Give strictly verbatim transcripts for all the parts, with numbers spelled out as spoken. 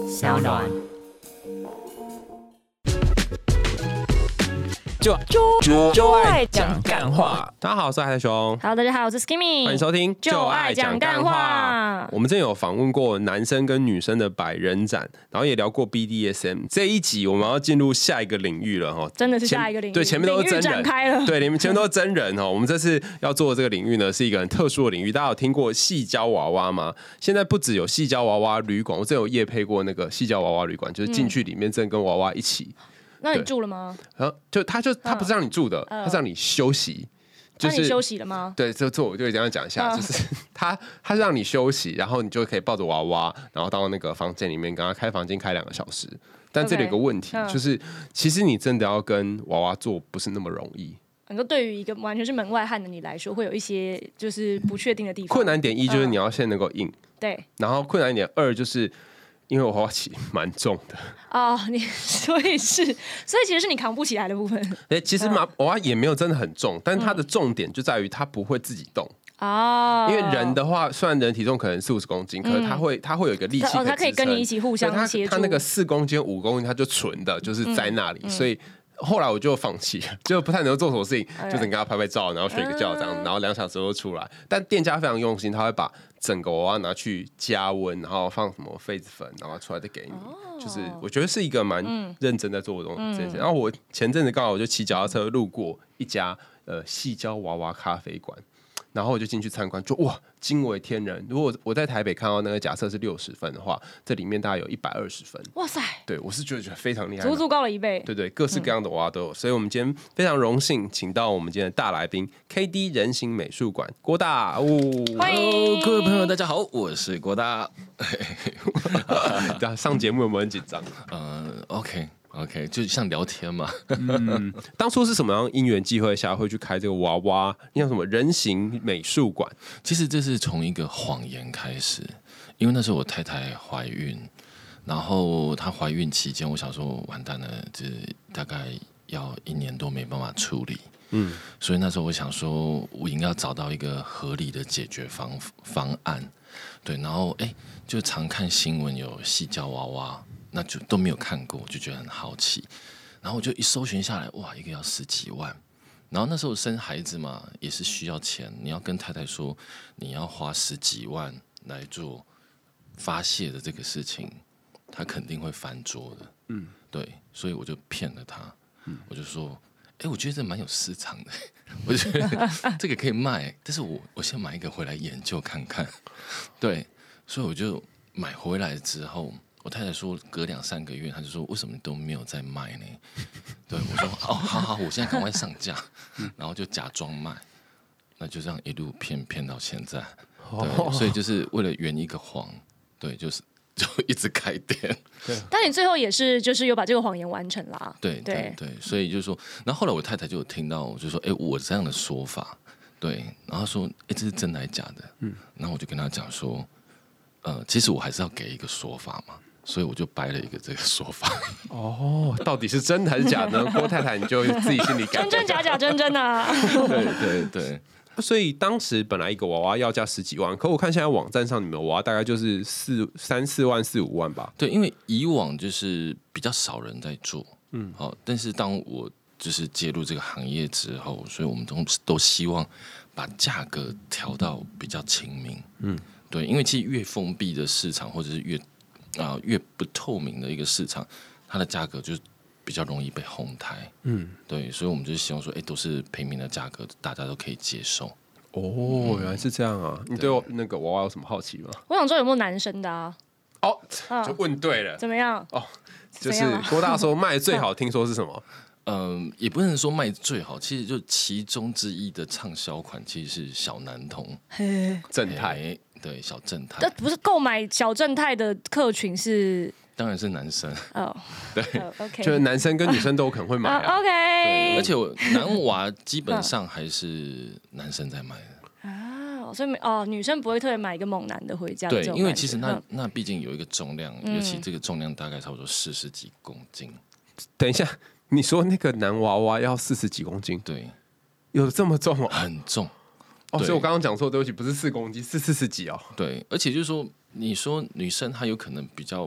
小暖。 就就就爱讲干话。大家好，我是海苔熊。 Hello， 大家好，我是 Skimmy。 欢迎收听就爱讲干话。 我们之前有访问过男生跟女生的百人展，然后也聊过 B D S M。这一集我们要进入下一个领域了哈， 真的是下一个领域。 对，前面都是真人， 展开了。 对，前面都是真人哈。我们这次要做的这个领域呢，是一个很特殊的领域。大家有听过矽胶娃娃吗？现在不只有矽胶娃娃旅馆，我之前有业配过那个矽胶娃娃旅馆，就是进去里面真的跟娃娃一起。嗯那你住了吗？ 然后就他就他不是让你住的，嗯、他是让你休息。就是、 那你休息了吗？ 对，这这我就这样讲一下，嗯、就是他他是让你休息，然后你就可以抱着娃娃，然后到那个房间里面跟他开房间开两个小时。但这里有个问题， okay, 就是其实你真的要跟娃娃做不是那么容易。 你说对于一个完全是门外汉的你来说，会有一些就是不确定的地方。 困难点一就是你要先能够硬，嗯、 对。 然后困难点二就是。因为我娃娃其实蛮重的哦，你所以是，所以其实是你扛不起来的部分。 哎，其实娃娃也没有真的很重，但是它的重点就在于它不会自己动哦。因为人的话，虽然人体重可能四五十公斤，可是它会它会有一个力气可以支撑， 它可以跟你一起互相协助。 它那个四公斤、五公斤，它就纯的就是在那里，嗯、所以。后来我就放弃了，就不太能够做什么事情，就只能跟他拍拍照，然后睡个觉这样，然后两小时就出来。但店家非常用心，他会把整个娃娃拿去加温，然后放什么痱子粉，然后出来再给你。哦、就是我觉得是一个蛮认真在做的东西。嗯、然后我前阵子刚好我就骑脚踏车路过一家呃矽胶娃娃咖啡馆。然后我就进去参观，就哇，惊为天人！如果我在台北看到那个假设是六十分的话，这里面大概有一百二十分。哇塞！对，我是觉得觉得非常厉害， 足足高了一倍。 对对，各式各样的娃娃都有，嗯、所以我们今天非常荣幸请到我们今天的大来宾 K D 人形美术馆郭大。哦， 欢迎各位朋友，大家好，我是郭大。 上节目有没有很紧张？ 呃 ，OK。OK， 就像聊天嘛。 嗯，当初是什么样因缘际会下会去开这个娃娃？你像什么人形美术馆？ 其实这是从一个谎言开始，因为那时候我太太怀孕，然后她怀孕期间，我想说完蛋了，这大概要一年多没办法处理。嗯，所以那时候我想说，我应该要找到一个合理的解决方方案。对，然后哎，就常看新闻有矽胶娃娃。那就都没有看过，就觉得很好奇，然后我就一搜寻下来，哇，一个要十几万，然后那时候生孩子嘛，也是需要钱，你要跟太太说你要花十几万来做发泄的这个事情，她肯定会翻桌的，嗯，对，所以我就骗了她，嗯、我就说，哎，我觉得这蛮有市场的，我觉得这个可以卖，但是我我先买一个回来研究看看，对，所以我就买回来之后。我太太说，隔两三个月，她就说为什么都没有在卖呢？对我说，哦，好好，我现在赶快上架，然后就假装卖，那就这样一路骗骗到现在。对，所以就是为了圆一个谎，对，就是就一直开店。 但你最后也是就是有把这个谎言完成啦。 对对对，所以就是说，然后后来我太太就有听到，就说，哎，我这样的说法，对，然后说，哎，这是真的还是假的？嗯，然后我就跟她讲说，呃，其实我还是要给一个说法嘛。所以我就掰了一个这个说法。 哦，到底是真的还是假的？郭太太你就自己心里感真真假假真真啊。 对对对。 所以当时本来一个娃娃要价十几万，可我看现在网站上你们的娃娃大概就是四三四万四五万吧。 对，因为以往就是比较少人在做，嗯，好，但是当我就是介入这个行业之后，所以我们都都希望把价格调到比较亲民，嗯，对，因为其实越封闭的市场或者是越啊、呃，越不透明的一个市场，它的价格就比较容易被哄抬。嗯，对，所以我们就希望说，哎，都是平民的价格，大家都可以接受。 哦，原来是这样啊！你对我那个娃娃有什么好奇吗？ 我想知道有没有男生的啊？ 哦，就问对了。 怎么样？ 哦，就是郭大说卖最好，听说是什么？ 嗯，也不能说卖最好，其实就其中之一的畅销款，其实是小男童正太。 对，小正太， 但不是购买小正太的客群是， 当然是男生哦， 对、oh, ，OK， 就是男生跟女生都有可能会买、啊 uh, ，OK， 对，而且我男娃基本上还是男生在买的啊，所以哦，女生不会特别买一个猛男的回家， 对，因为其实那那毕竟有一个重量，嗯、尤其这个重量大概差不多四十几公斤。 等一下，你说那个男娃娃要四十几公斤？ 对， 有这么重哦？ 很重。 哦，所以我刚刚讲错，对不起，不是四公斤，是四十几哦。 对，而且就是说，你说女生她有可能比较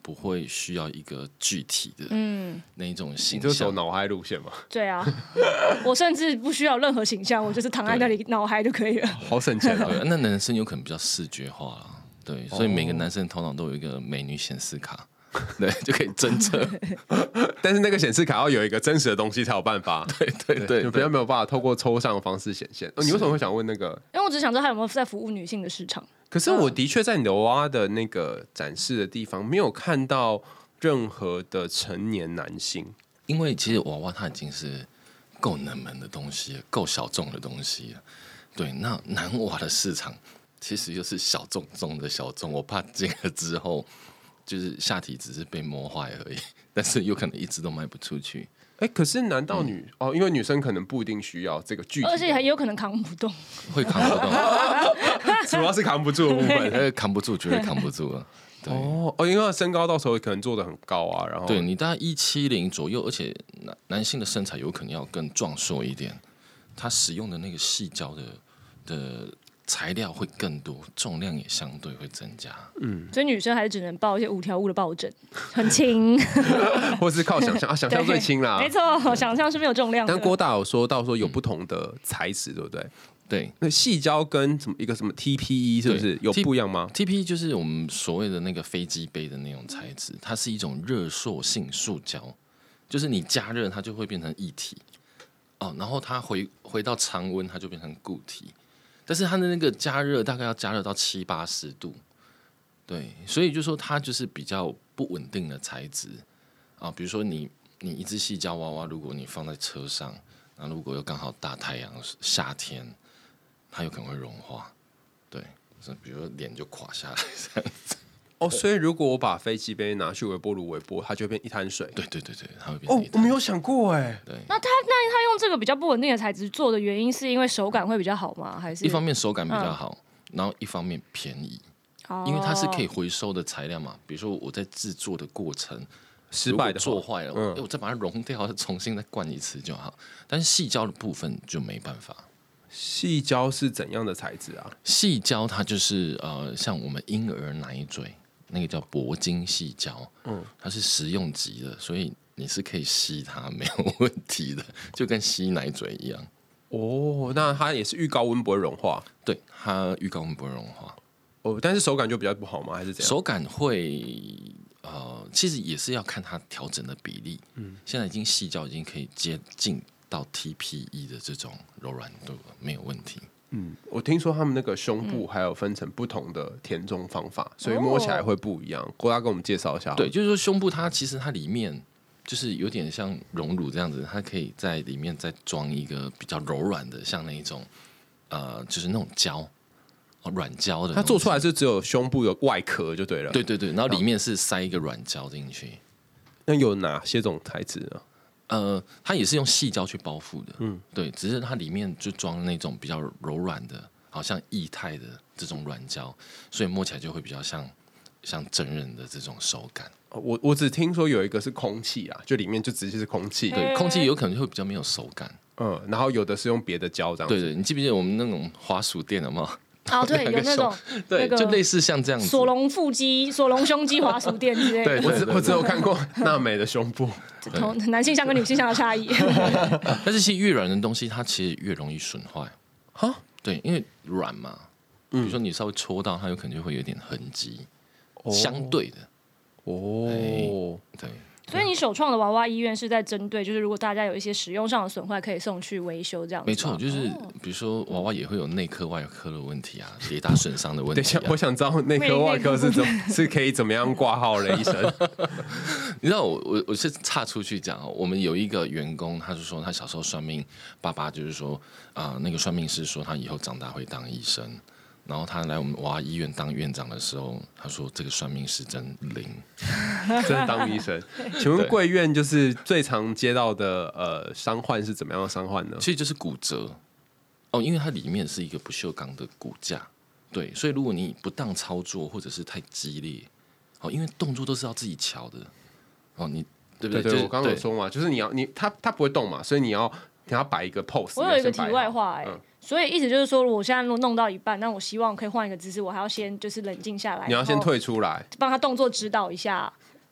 不会需要一个具体的嗯那一种形你就走象。 脑嗨路线嘛， 对啊，我甚至不需要任何形象，我就是躺在那里脑嗨就可以了。 好省钱啊！ 对，那男生有可能比较视觉化啦，对，所以每个男生通常都有一个美女显示卡，对，就可以侦测。 但是那个显示卡要有一个真实的东西才有办法， 对对对， 就比较没有办法透过抽象的方式显现。哦，你为什么会想问那个？ 因为我只想知道他有没有在服务女性的市场。 可是我的确在你的娃娃的那个展示的地方没有看到任何的成年男性， 因为其实娃娃它已经是够冷门的东西了，够小众的东西了。对，那男娃的市场其实就是小众中的小众，我怕进了之后，就是下体只是被磨坏而已，但是有可能一直都卖不出去。 哎、欸，可是难道女、嗯、哦，因为女生可能不一定需要这个具体的， 而且还有可能扛不动， 会扛不动， 主要是扛不住的部分， 呃，扛不住，绝对扛不住了。对哦哦，因为身高到时候可能做的很高啊，然后对你大概一七零左右，而且男男性的身材有可能要更壮硕一点，他使用的那个细胶的的材料会更多，重量也相对会增加。 嗯，所以女生还是只能抱一些五条悟的抱枕，很轻， 或是靠想象啊，想象最轻啦。 没错，想象是没有重量的。 但郭大有说到说有不同的材质，对不对？ 对， 那细胶跟什么一个什么 T P E 是不是有不一样吗 ？T P E 就是我们所谓的那个飞机杯的那种材质，它是一种热塑性塑胶，就是你加热它就会变成液体哦，然后它回回到常温它就变成固体。但是它的那个加热大概要加热到七八十度，对，所以就说它就是比较不稳定的材质啊。比如说你你一只细胶娃娃，如果你放在车上，那如果又刚好大太阳夏天，它有可能会融化，对，比如说脸就垮下来这样子。 哦，所以如果我把飞机杯拿去微波炉微波，它就会变一滩水。 对对对对，它会变成一滩水。 哦，我没有想过哎。 对， 那它那它用这个比较不稳定的材质做的原因，是因为手感会比较好吗？还是一方面手感比较好，嗯、然后一方面便宜，哦、因为它是可以回收的材料嘛。比如说我在制作的过程失败的做坏了，嗯、我再把它熔掉，再重新再灌一次就好。但是细胶的部分就没办法。 细胶是怎样的材质啊？ 细胶它就是呃，像我们婴儿奶嘴。那个叫铂金细胶，嗯，它是食用级的，所以你是可以吸它没有问题的，就跟吸奶嘴一样。 哦，那它也是遇高温不会融化？ 对，它遇高温不会融化。 哦，但是手感就比较不好吗？还是怎样？ 手感会呃，其实也是要看它调整的比例。嗯，现在已经细胶已经可以接近到 T P E 的这种柔软度了，没有问题。 嗯，我听说他们那个胸部还有分成不同的填充方法，嗯、所以摸起来会不一样。郭大跟我们介绍一下。 对，就是说胸部它其实它里面就是有点像溶乳这样子，它可以在里面再装一个比较柔软的，像那一种呃，就是那种胶哦，软胶的。 它做出来是只有胸部有外壳就对了。 对对对，然后里面是塞一个软胶进去。 那有哪些种材质啊？ 呃，它也是用细胶去包覆的，嗯，对，只是它里面就装那种比较柔软的，好像液态的这种软胶，所以摸起来就会比较像像真人的这种手感。 我我只听说有一个是空气啊，就里面就直接是空气， 对，空气有可能会比较没有手感， 嗯，然后有的是用别的胶这样子。 对对，你记不记得我们那种滑鼠垫有没有？ 哦，对，有那种， 对，就类似像这样子， 索隆腹肌、索隆胸肌滑鼠垫之类的。 对，我只我只有看过娜美的胸部， 男性向跟女性向的差异。 但是其实越软的东西，它其实越容易损坏。哈，对，因为软嘛，比如说你稍微戳到它，有可能就会有点痕迹，哦、相对的。哦，对。 所以你首创的娃娃医院是在针对，就是如果大家有一些使用上的损坏，可以送去维修这样子。 没错，就是比如说娃娃也会有内科、外科的问题啊，跌打损伤的问题、啊。 等一下，我想知道内科、外科是怎是可以怎么样挂号的医生？ 你知道我我我是岔出去讲哦，我们有一个员工，他就说他小时候算命，爸爸就是说啊、呃，那个算命师说他以后长大会当医生。然后他来我们娃娃医院当院长的时候，他说这个算命师真灵， 真的当医生。请问贵院就是最常接到的呃伤患是怎么样的伤患呢？ 其实就是骨折哦，因为它里面是一个不锈钢的骨架，对，所以如果你不当操作或者是太激烈，哦，因为动作都是要自己瞧的，哦，你对不对？ 对对，我刚刚有说嘛，就是你要你他他不会动嘛，所以你要你要摆一个 pose。 我有一个题外话哎、欸。 嗯， 所以意思就是说，我现在弄到一半，那我希望可以换一个姿势，我还要先就是冷静下来， 你要先退出来， 帮他动作指导一下，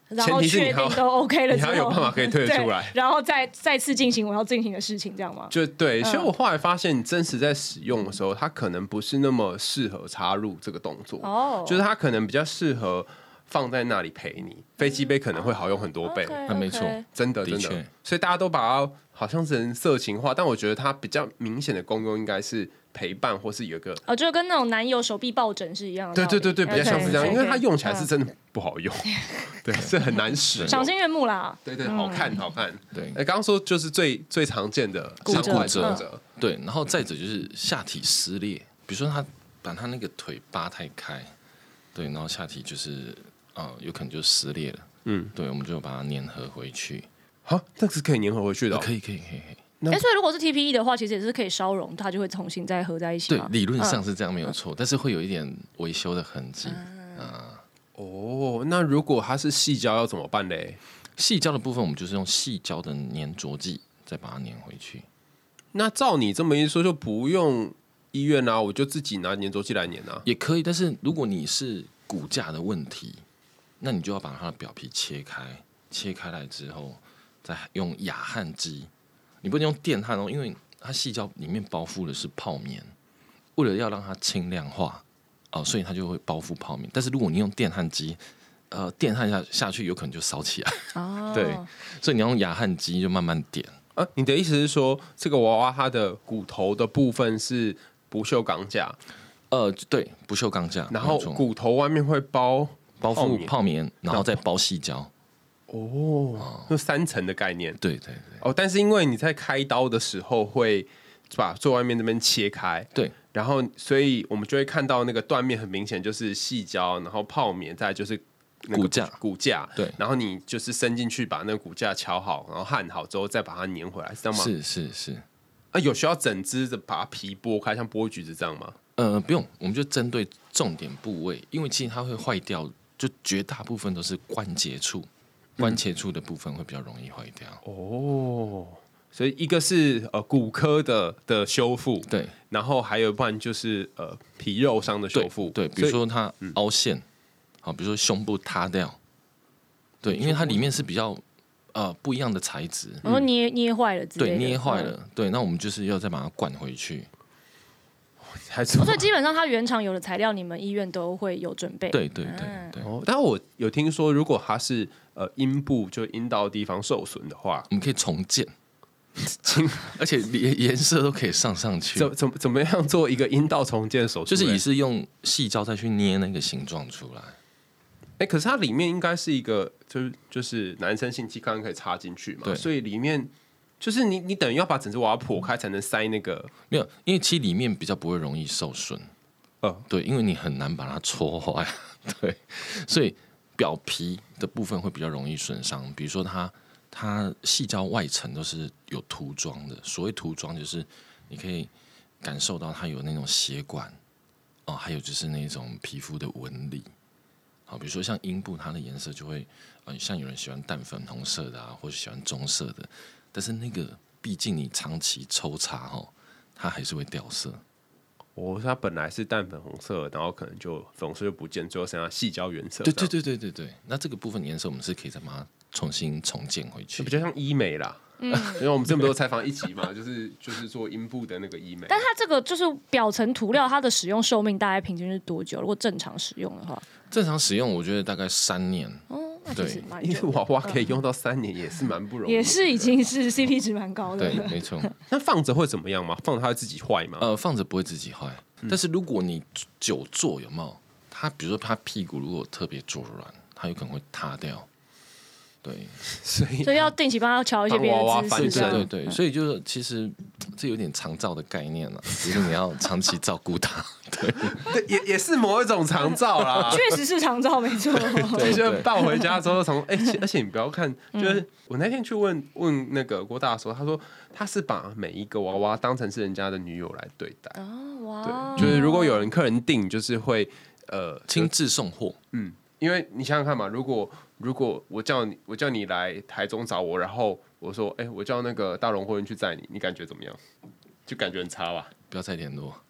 然后确定都 OK 了之后， 你还有办法可以推得出来， 然后再再次进行我要进行的事情，这样吗？ 就对，所以我后来发现，真实在使用的时候，它可能不是那么适合插入这个动作，哦，就是它可能比较适合放在那里陪你。飞机杯可能会好用很多倍， 那、 okay, 没错， 真的真的。所以大家都把它好像是色情化，但我觉得它比较明显的功用应该是陪伴，或是有一个哦，就跟那种男友手臂抱枕是一样的。 对对对对，比较像是这样，因为它用起来是真的不好用，对，是很难使， 赏心悦目啦。 对对，好看好看。 对， 哎，刚刚说就是最最常见的骨折， 折， 对，然后再者就是下体撕裂，比如说他把他那个腿扒太开，对，然后下体就是呃有可能就撕裂了。嗯，对，我们就把它粘合回去。 好，那是可以粘合回去的、哦， 可以可以可以。 哎、欸，所以如果是 T P E 的话，其实也是可以烧融，它就会重新再合在一起。 对，理论上是这样没有错，嗯、但是会有一点维修的痕迹。 嗯、 啊， 哦，那如果它是矽胶要怎么办嘞？ 矽胶的部分，我们就是用矽胶的粘着剂再把它粘回去。 那照你这么一说，就不用医院啊，我就自己拿粘着剂来粘啊， 也可以。但是如果你是骨架的问题，那你就要把它的表皮切开，切开来之后，再用亚焊机。你不能用电焊哦，因为它矽胶里面包覆的是泡棉，为了要让它轻量化哦，所以它就会包覆泡棉。但是如果你用电焊机，呃，电焊下下去有可能就烧起来。哦，对，所以你用亚焊机就慢慢点。 啊，你的意思是说，这个娃娃它的骨头的部分是不锈钢架？ 呃，对，不锈钢架， 然后骨头外面会包。 包覆泡棉，然后再包矽胶。 哦，就三层的概念。 对对对。 哦，但是因为你在开刀的时候会把最外面那边切开， 对， 然后所以我们就会看到那个断面很明显就是矽胶，然后泡棉，再就是那个骨架， 骨架。 对， 然后你就是伸进去把那个骨架敲好，然后焊好之后再把它粘回来，是这样吗？ 是是是。 啊，有需要整只的把皮剥开，像剥橘子这样吗？ 呃，不用，我们就针对重点部位，因为其实它会坏掉。就绝大部分都是关节处，关节处的部分会比较容易坏掉。 哦，所以一个是呃骨科的的修复， 对， 然后还有一半就是呃皮肉伤的修复， 对，比如说它凹陷，好、嗯，比如说胸部塌掉，对，因为它里面是比较呃不一样的材质， 然后捏捏坏了之类的， 对，捏坏了，嗯、对，那我们就是要再把它灌回去。 哦、所以基本上它原厂有的材料，你们医院都会有准备。 对对对对。 哦，但我有听说，如果它是呃阴部就阴道的地方受损的话， 我们可以重建，而且颜颜色都可以上上去。 怎怎怎么样做一个阴道重建手术？ 就是也是用矽胶再去捏那个形状出来。 哎、欸，可是它里面应该是一个，就是就是男生性器官可以插进去嘛，所以里面。就是你，你等于要把整只娃娃剖开才能塞那个， 没有，因为其实里面比较不会容易受损，呃，对，因为你很难把它戳坏，对，所以表皮的部分会比较容易损伤。比如说它，它矽胶外层都是有涂装的，所谓涂装就是你可以感受到它有那种血管，哦，还有就是那种皮肤的纹理，好，比如说像阴部，它的颜色就会，呃，像有人喜欢淡粉红色的啊，或者喜欢棕色的。但是那个，毕竟你长期抽插哦，它还是会掉色。 哦，它本来是淡粉红色，然后可能就粉红色就不见，最后剩下矽胶原色。 对对对对对对。那这个部分颜色，我们是可以再把它重新重建回去， 比较像医美啦。嗯，因为我们之前不是采访一集嘛，就是就是做阴部的那个医美。 但它这个就是表层涂料，它的使用寿命大概平均是多久？如果正常使用的话， 正常使用我觉得大概三年。 哦，那其实蛮久的。 因为娃娃可以用到三年，也是蛮不容易的， 也是已经是 C P 值蛮高的。 对，没错。 那放着会怎么样吗？放着它会自己坏吗？ 呃，放着不会自己坏，嗯、但是如果你久坐，有没有？它比如说它屁股如果特别坐软，它有可能会塌掉。对， 所以所以要定期帮他调一些别的姿势， 对对对，所以就是其实这有点长照的概念了，就是你要长期照顾他，对， 对，也也是某一种长照啦， 确实是长照，没错。 对，就抱回家之后长，哎、欸，而且你不要看，就是我那天去问问那个郭大的时候，他说他是把每一个娃娃当成是人家的女友来对待，哦哇，对，就是如果有人客人订，就是会呃亲自送货， 嗯。因为你想想看嘛，如果如果我叫你我叫你来台中找我，然后我说，哎、欸，我叫那个大荣货运去载你，你感觉怎么样？就感觉很差吧？ 不要再联络。 对，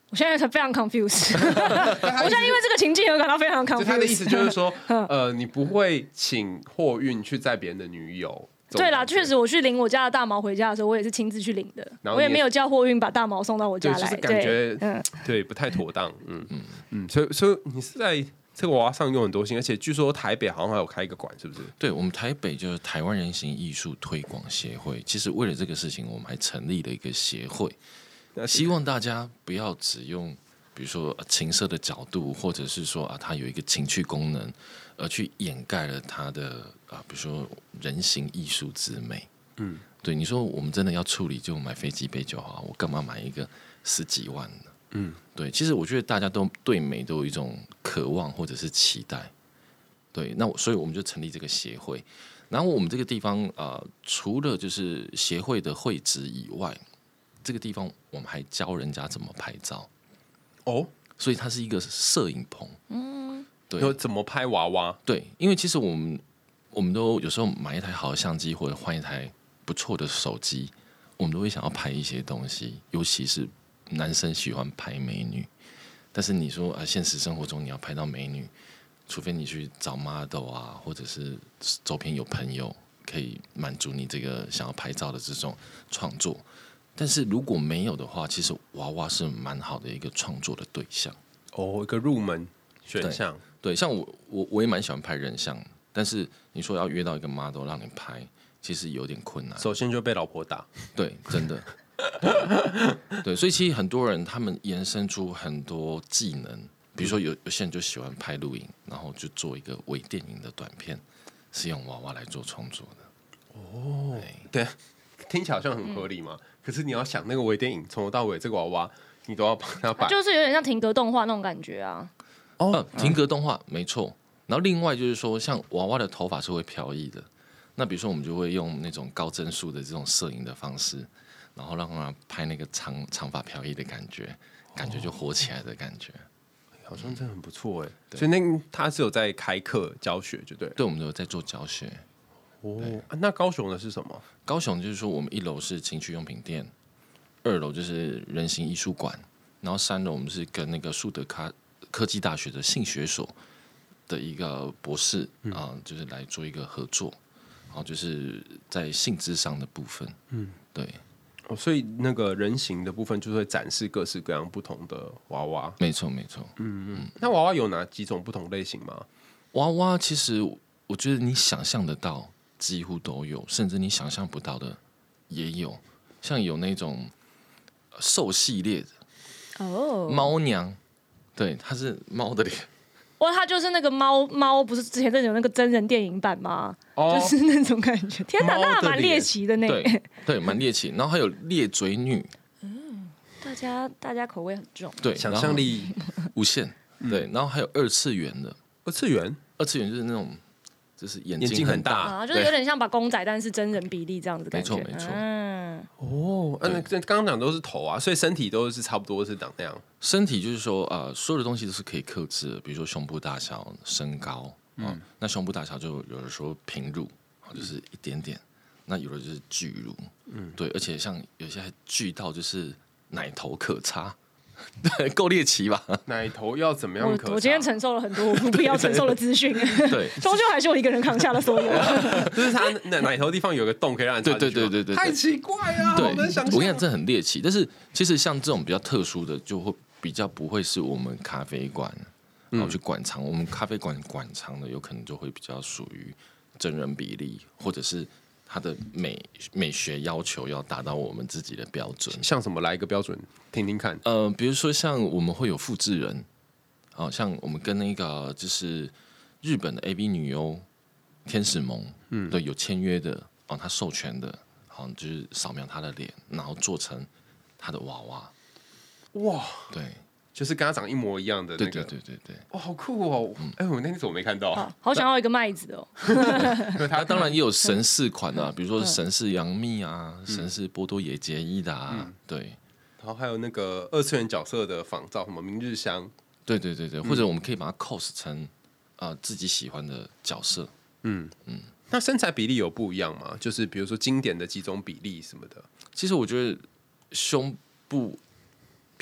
我现在才非常 confused， 我现在因为这个情境而感到非常 confused。 他的意思就是说，呃，你不会请货运去载别人的女友。 对啦，确实，我去领我家的大毛回家的时候，我也是亲自去领的，我也没有叫货运把大毛送到我家来， 就是感觉对、嗯、对不太妥当。嗯嗯嗯，所以所以你是在这个娃娃上用很多心，而且据说台北好像还有开一个馆，是不是？ 对，我们台北就是台湾人形艺术推广协会。其实为了这个事情，我们还成立了一个协会，希望大家不要只用比如说情色的角度，或者是说啊，它有一个情趣功能，而去掩盖了它的啊，比如说人形艺术之美。嗯，对，你说我们真的要处理，就买飞机杯就好，我干嘛买一个十几万的？嗯，对，其实我觉得大家都对美都有一种渴望或者是期待。对，那所以我们就成立这个协会。然后我们这个地方啊、呃，除了就是协会的会址以外，这个地方我们还教人家怎么拍照。 哦， 所以它是一个摄影棚。嗯，对， 怎么拍娃娃？ 对，因为其实我们我们都有时候买一台好的相机，或者换一台不错的手机，我们都会想要拍一些东西，尤其是男生喜欢拍美女。但是你说啊，现实生活中你要拍到美女，除非你去找 model 啊，或者是周边有朋友可以满足你这个想要拍照的这种创作。但是如果没有的话，其实娃娃是蛮好的一个创作的对象。 哦，一个入门选项。 对，对，像我我我也蛮喜欢拍人像，但是你说要约到一个 model 让你拍，其实有点困难。 首先就被老婆打。 对，真的。对, 对，所以其实很多人他们延伸出很多技能，比如说有有些人就喜欢拍录影，然后就做一个微电影的短片，是用娃娃来做创作的。 哦，对，听起来好像很合理嘛。嗯，可是你要想那个微电影从头到尾这个娃娃你都要帮他摆， 就是有点像停格动画那种感觉啊。 哦，嗯、停格动画没错。然后另外就是说，像娃娃的头发是会飘逸的，那比如说我们就会用那种高帧数的这种摄影的方式，然后让他拍那个长长发飘逸的感觉，感觉就活起来的感觉。 好像真的很不错哎。所以那他是有在开课教学，就对。 对，我们都有在做教学。 哦，啊、那高雄的是什么？ 高雄就是说，我们一楼是情趣用品店，二楼就是人形艺术馆，然后三楼我们是跟那个树德科科技大学的性学所的一个博士啊、嗯呃，就是来做一个合作，然后就是在性智商的部分，嗯，对。 哦，所以那个人形的部分就会展示各式各样不同的娃娃。 没错，没错。 嗯嗯。那娃娃有哪几种不同类型吗？ 娃娃其实我觉得你想象得到几乎都有，甚至你想象不到的也有，像有那种兽系列的哦，猫娘，对，它是猫的脸。 哇，它就是那个猫猫，不是之前有那个真人电影版吗？哦、就是那种感觉。天哪，那还蛮猎奇的呢。 对对，蛮猎奇。然后还有裂嘴女， 嗯，大家大家口味很重， 对， 想象力无限。对，然后还有二次元的， 二次元， 二次元就是那种。就是眼睛很大， 啊，就是有点像把公仔，但是真人比例这样子感觉。 没错，没错。 嗯， 哦，那刚剛刚讲都是头啊，所以身体都是差不多是长那样。 身体就是说，呃，所有的东西都是可以克制的，比如说胸部大小、身高，嗯，嗯那胸部大小就有的时候平乳，就是一点点；那有的就是巨乳，嗯，对，而且像有些还巨到就是奶头可擦。对，够猎奇吧？ 奶头要怎么样可？ 我我今天承受了很多我不必要承受的资讯， 对， 终究还是我一个人扛下了所有。 就是他奶奶头地方有个洞可以让人插进去， 对对对对对， 太奇怪了， 对， 好难想象。 我跟你讲，这很猎奇，但是其实像这种比较特殊的，就会比较不会是我们咖啡馆然后去馆藏，嗯、我们咖啡馆馆藏的有可能就会比较属于真人比例，或者是。它的美美学要求要达到我们自己的标准， 像什么来一个标准听听看？ 呃，比如说像我们会有复制人，好、哦、像我们跟那个就是日本的 A V 女优天使萌，嗯，对，有签约的哦，他授权的，好、哦、就是扫描他的脸，然后做成他的娃娃， 哇， 对。 就是跟他长一模一样的那个， 对对对对对， 哇，好酷哦！哎、嗯欸，我那天怎么没看到？ 好, 好想要一个麦子哦。 他当然也有神似款啊，比如说神似杨幂啊，嗯、神似波多野结衣的啊，嗯、对。 然后还有那个二次元角色的仿造，什么明日香， 对对对对，或者我们可以把它 cos 成啊、呃、自己喜欢的角色。 嗯嗯，那身材比例有不一样吗？就是比如说经典的几种比例什么的。 其实我觉得胸部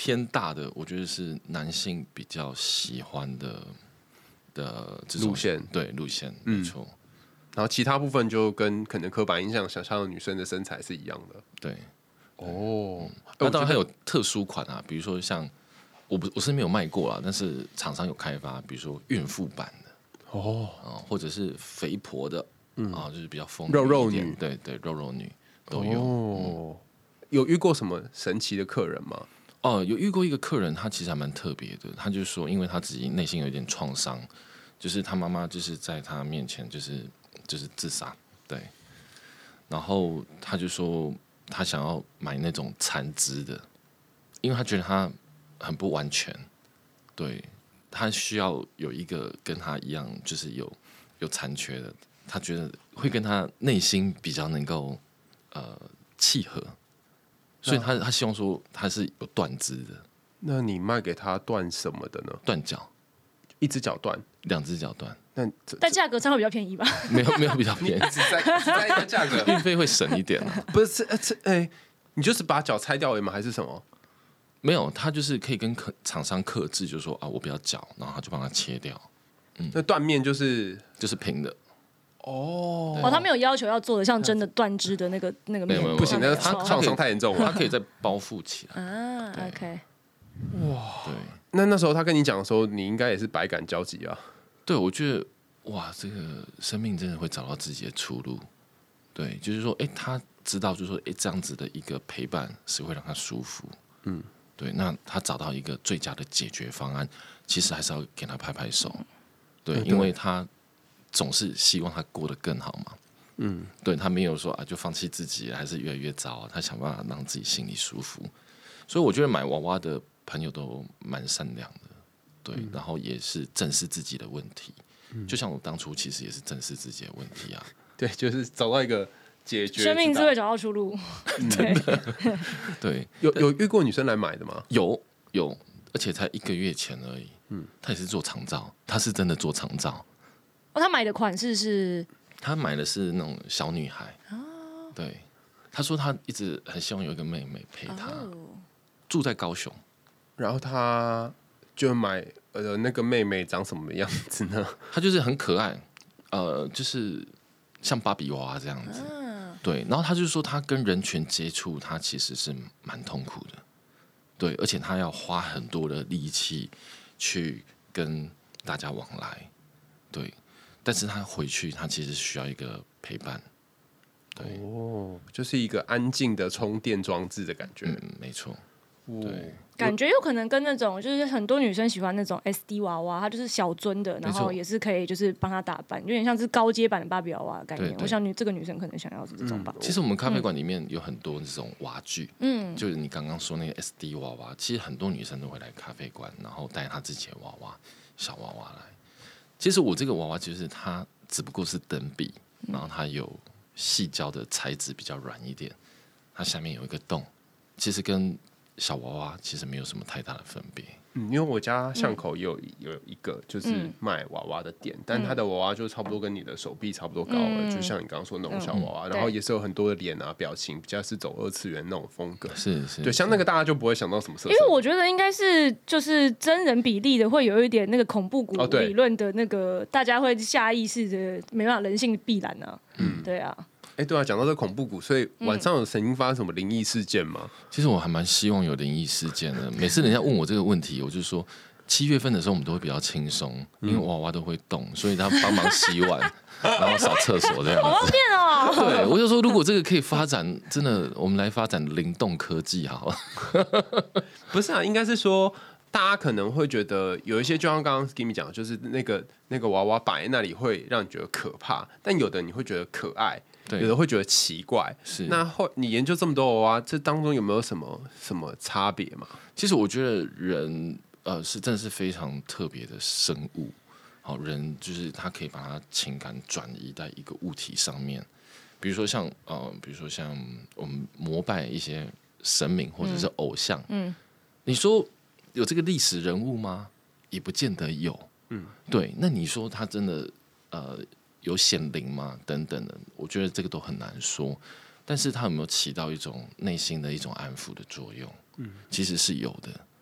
偏大的，我觉得是男性比较喜欢的的这种路线， 对路线，没错。嗯， 然后其他部分就跟可能刻板印象想象的女生的身材是一样的。 对， 哦， 那当然还有特殊款啊，比如说像我不我是没有卖过啦，但是厂商有开发，比如说孕妇版的哦、呃，或者是肥婆的，嗯啊、就是比较丰肉肉女， 对对，肉肉女都有。 哦，嗯、有遇过什么神奇的客人吗？ 哦，有遇过一个客人，他其实还蛮特别的，他就说，因为他自己内心有一点创伤，就是他妈妈就是在他面前就是就是自杀，对，然后他就说他想要买那种残肢的，因为他觉得他很不完全，对，他需要有一个跟他一样就是有有残缺的，他觉得会跟他内心比较能够呃契合。所以他他希望说他是有断肢的。 那你卖给他断什么的呢？ 断脚， 一只脚断， 两只脚断。 那但价格上会比较便宜吧？ 没有没有比较便宜， 只在只在一个价格， 运费会省一点、啊。 不是，这哎、欸，你就是把脚拆掉而已吗？还是什么？ 没有，他就是可以跟厂商客制，就说啊，我不要脚，然后他就帮他切掉。 嗯，那断面就是就是平的。 哦哦，他没有要求要做的像真的断肢的那个那个面， 不行，那个创伤太严重了， 他可以再包覆起来啊。OK， 哇，对，那那时候他跟你讲的时候，你应该也是百感交集啊。 对，我觉得哇，这个生命真的会找到自己的出路。对，就是说，哎、欸，他知道，就是说，哎、欸，这样子的一个陪伴是会让他舒服。嗯，对，那他找到一个最佳的解决方案，其实还是要给他拍拍手。对，因为他总是希望他过得更好嘛，嗯，对，他没有说啊就放弃自己，还是越来越糟，他想办法让自己心里舒服。所以我觉得买娃娃的朋友都蛮善良的，对，嗯、然后也是正视自己的问题、嗯，就像我当初其实也是正视自己的问题啊， 对，就是找到一个解决， 生命智慧找到出路，对， 对， 有有遇过女生来买的吗？ 有有，而且才一个月前而已，嗯，她也是做长照，她是真的做长照。 哦，他买的款式是？ 他买的是那种小女孩。哦。对，他说他一直很希望有一个妹妹陪他，哦、住在高雄， 然后他就买呃那个妹妹长什么样子呢？ 她就是很可爱，呃，就是像芭比娃娃这样子。嗯、对，然后他就说他跟人群接触，他其实是蛮痛苦的。对，而且他要花很多的力气去跟大家往来。对。但是他回去，他其实需要一个陪伴，对， 哦，就是一个安静的充电装置的感觉， 嗯，没错，对， 感觉有可能跟那种就是很多女生喜欢那种 S D 娃娃，它就是小尊的，然后也是可以就是帮她打扮，有点像是高阶版的芭比娃娃的概念。我想女这个女生可能想要是这种吧、嗯。 其实我们咖啡馆里面有很多这种娃具，嗯，就是你刚刚说那个 S D 娃娃，其实很多女生都会来咖啡馆，然后带她自己的娃娃、小娃娃来。其实我这个娃娃就是它只不过是等比，然后它有细胶的材质比较软一点，它下面有一个洞，其实跟小娃娃其实没有什么太大的分别。 嗯，因为我家巷口也有、嗯、有一个就是卖娃娃的店、嗯，但它的娃娃就差不多跟你的手臂差不多高了，嗯、就像你刚刚说那种小娃娃、嗯，然后也是有很多的脸啊、表情，比较是走二次元那种风格。 是是， 对，像那个大家就不会想到什么色色。 因为我觉得应该是就是真人比例的，会有一点那个恐怖谷理论的那个、哦，大家会下意识的没办法人性必然啊。嗯，对啊。 哎、欸，对啊，讲到这恐怖谷，所以晚上有曾经发生什么灵异事件吗、嗯？ 其实我还蛮希望有灵异事件的。每次人家问我这个问题，我就说七月份的时候我们都会比较轻松，因为娃娃都会动，所以他帮忙洗碗，然后扫厕所这样子。 好方便哦。 对，我就说如果这个可以发展，真的，我们来发展灵动科技好了。 不是啊，应该是说。大家可能会觉得有一些，就像刚刚 Skimmy 讲，就是那个那个娃娃摆在那里会让你觉得可怕，但有的你会觉得可爱，有的会觉得奇怪。 是那后你研究这么多娃娃，这当中有没有什么什么差别嘛？ 其实我觉得人呃是真的是非常特别的生物，好，人就是他可以把他情感转移在一个物体上面，比如说像呃，比如说像我们膜拜一些神明或者是偶像，嗯，嗯你说。有这个历史人物吗？也不见得有。嗯，对。那你说他真的呃有显灵吗？等等的，我觉得这个都很难说。但是他有没有起到一种内心的一种安抚的作用？嗯，其实是有的。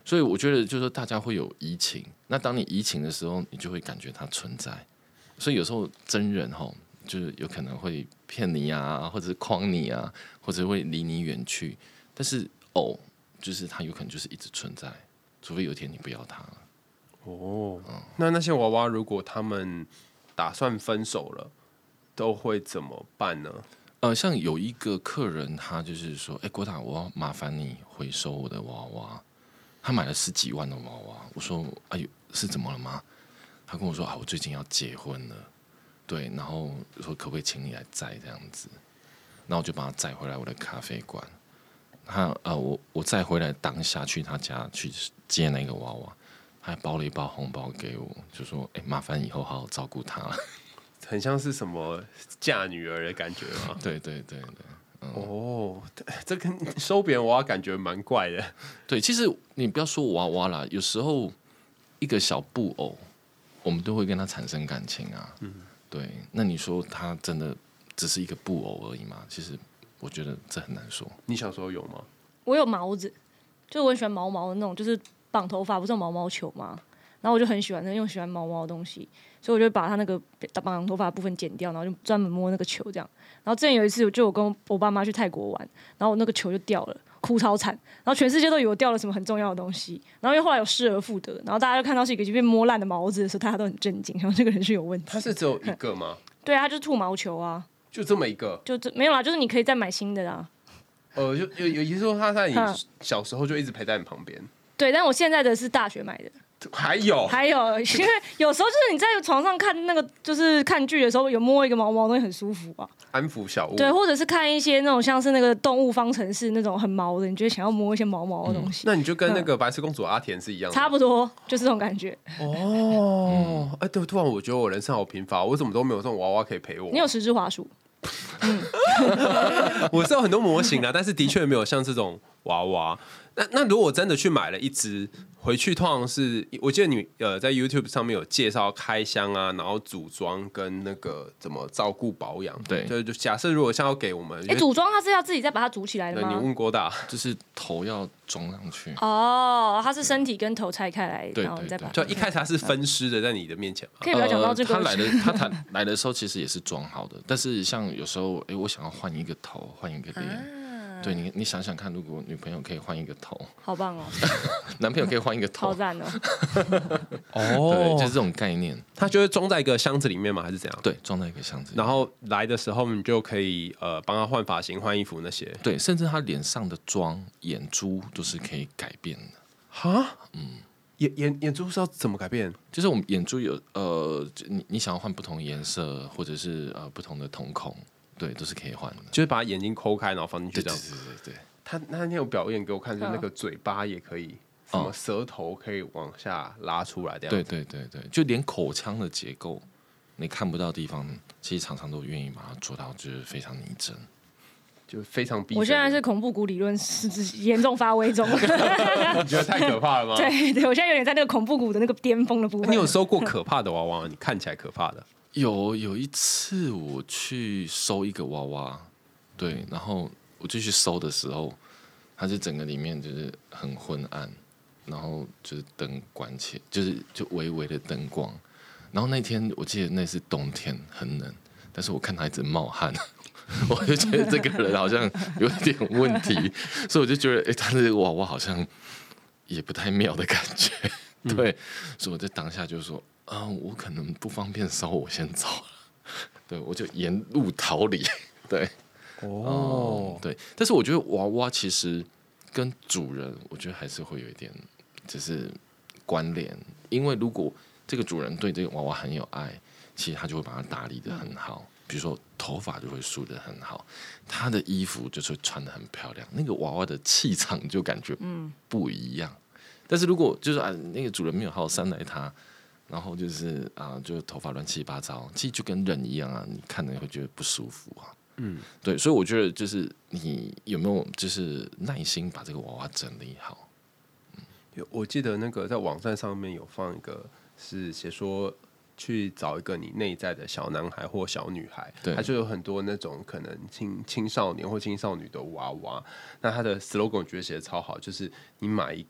所以我觉得就是说大家会有移情，那当你移情的时候，你就会感觉它存在。所以有时候真人哈，就是有可能会骗你啊，或者是诓你啊，或者会离你远去。但是偶就是它有可能就是一直存在，除非有一天你不要它了。 哦，嗯、那那些娃娃如果他们打算分手了，都会怎么办呢？ 呃，像有一个客人，他就是说，哎、欸，郭大，我要麻烦你回收我的娃娃。他买了十几万的娃娃，我说，哎呦，是怎么了吗？他跟我说啊，我最近要结婚了，对，然后说可不可以请你来载这样子？然后我就把他载回来我的咖啡馆。他呃，我我载回来当下去他家去接那个娃娃，他还包了一包红包给我，就说，哎、欸，麻烦以后好好照顾他了。 很像是什么嫁女儿的感觉吗？ 对对对对。 嗯、哦，这跟收别人娃娃感觉蛮怪的。 对，其实你不要说娃娃啦，有时候一个小布偶，我们都会跟他产生感情啊。嗯，对。那你说他真的只是一个布偶而已吗？其实我觉得这很难说。 你小时候有吗？ 我有毛子，就我很喜欢毛毛的那种，就是绑头发不是有毛毛球吗？然后我就很喜欢，因为我喜欢毛毛的东西，所以我就把他那个绑头发的部分剪掉，然后就专门摸那个球这样。然后之前有一次，就我跟我爸妈去泰国玩，然后我那个球就掉了，哭超惨。然后全世界都以为我掉了什么很重要的东西。然后因为后来有失而复得，然后大家就看到是一个被摸烂的毛子的时候，大家都很震惊，然后这个人是有问题。 他是只有一个吗？ 对啊，他就是吐毛球啊， 就这么一个， 就这没有啦，就是你可以再买新的啦。 呃，有有有一说他在你小时候就一直陪在你旁边。 对，但我现在的是大学买的。 还有还有，因为有时候就是你在床上看那个就是看剧的时候，有摸一个毛毛东西很舒服啊， 安抚小物。 对，或者是看一些那种像是那个动物方程式那种很毛的，你就会想要摸一些毛毛的东西。 嗯、那你就跟那个白雪公主阿田是一样的， 差不多就是这种感觉。 哦，哎、欸，对，突然我觉得我人生好贫乏，我怎么都没有这种娃娃可以陪我。 你有十只滑鼠？ 嗯，我是有很多模型啊，但是的确没有像这种娃娃。那那如果真的去买了一只回去，通常是我记得你呃在 YouTube 上面有介绍开箱啊，然后组装跟那个怎么照顾保养。 对， 就就假设如果像要给我们， 哎、欸，组装它是要自己再把它组起来的吗？ 你问郭大， 就是头要装上去。 哦，它是身体跟头拆开来， 对然后再把它。 就一开始它是分尸的在你的面前嘛。 可以不要讲到这个。 呃、他来的他他来的时候其实也是装好的，但是像有时候哎、欸，我想要换一个头，换一个脸。啊对你，你想想看，如果女朋友可以换一个头， 好棒哦！ 男朋友可以换一个头， 好赞哦！ 哦， 对，就是这种概念。 它就会装在一个箱子里面吗？还是怎样？ 对，装在一个箱子里面。 然后来的时候，你就可以呃帮他换发型、换衣服那些。 对，甚至他脸上的妆、眼珠都是可以改变的。 哈，嗯，眼眼眼珠是要怎么改变？ 就是我们眼珠有呃，你你想要换不同颜色，或者是呃不同的瞳孔。对，都是可以换的， 就是把眼睛抠开，然后放进去这样。 对对对对。 他那天有表演给我看，就是那个嘴巴也可以，什么舌头可以往下拉出来这样。 对对对对，就连口腔的结构，你看不到的地方，其实常常都愿意把它做到，就是非常拟真， 就非常逼真。 我现在是恐怖谷理论是严重发威中。 你觉得太可怕了吗？ 对对，我现在有点在那个恐怖谷的那个巅峰的部分。 你有收过可怕的娃娃吗？你看起来可怕的。 有有一次我去收一个娃娃，对，然后我就去收的时候，它是整个里面就是很昏暗，然后就是灯关起，就是就微微的灯光。然后那天我记得那是冬天，很冷，但是我看他一直冒汗，我就觉得这个人好像有点问题，所以我就觉得，哎、欸，他这个娃娃好像也不太妙的感觉，对，嗯、所以我在当下就说。啊、嗯，我可能不方便收，我先走了。对，我就沿路逃离。对，哦、嗯，对。但是我觉得娃娃其实跟主人，我觉得还是会有一点就是关联，因为如果这个主人对这个娃娃很有爱，其实他就会把它打理得很好。比如说头发就会梳得很好，他的衣服就是会穿得很漂亮，那个娃娃的气场就感觉不一样。嗯、但是如果就是啊，那个主人没有好好善待他。然后就是啊，就头发乱七八糟，其实就跟人一样啊，你看了会觉得不舒服啊。嗯，对，所以我觉得就是你有没有就是耐心把这个娃娃整理好？ 嗯、我记得那个在网站上面有放一个是写说去找一个你内在的小男孩或小女孩，他就有很多那种可能青青少年或青少女的娃娃。那他的 slogan 我觉得写得超好，就是你买一个。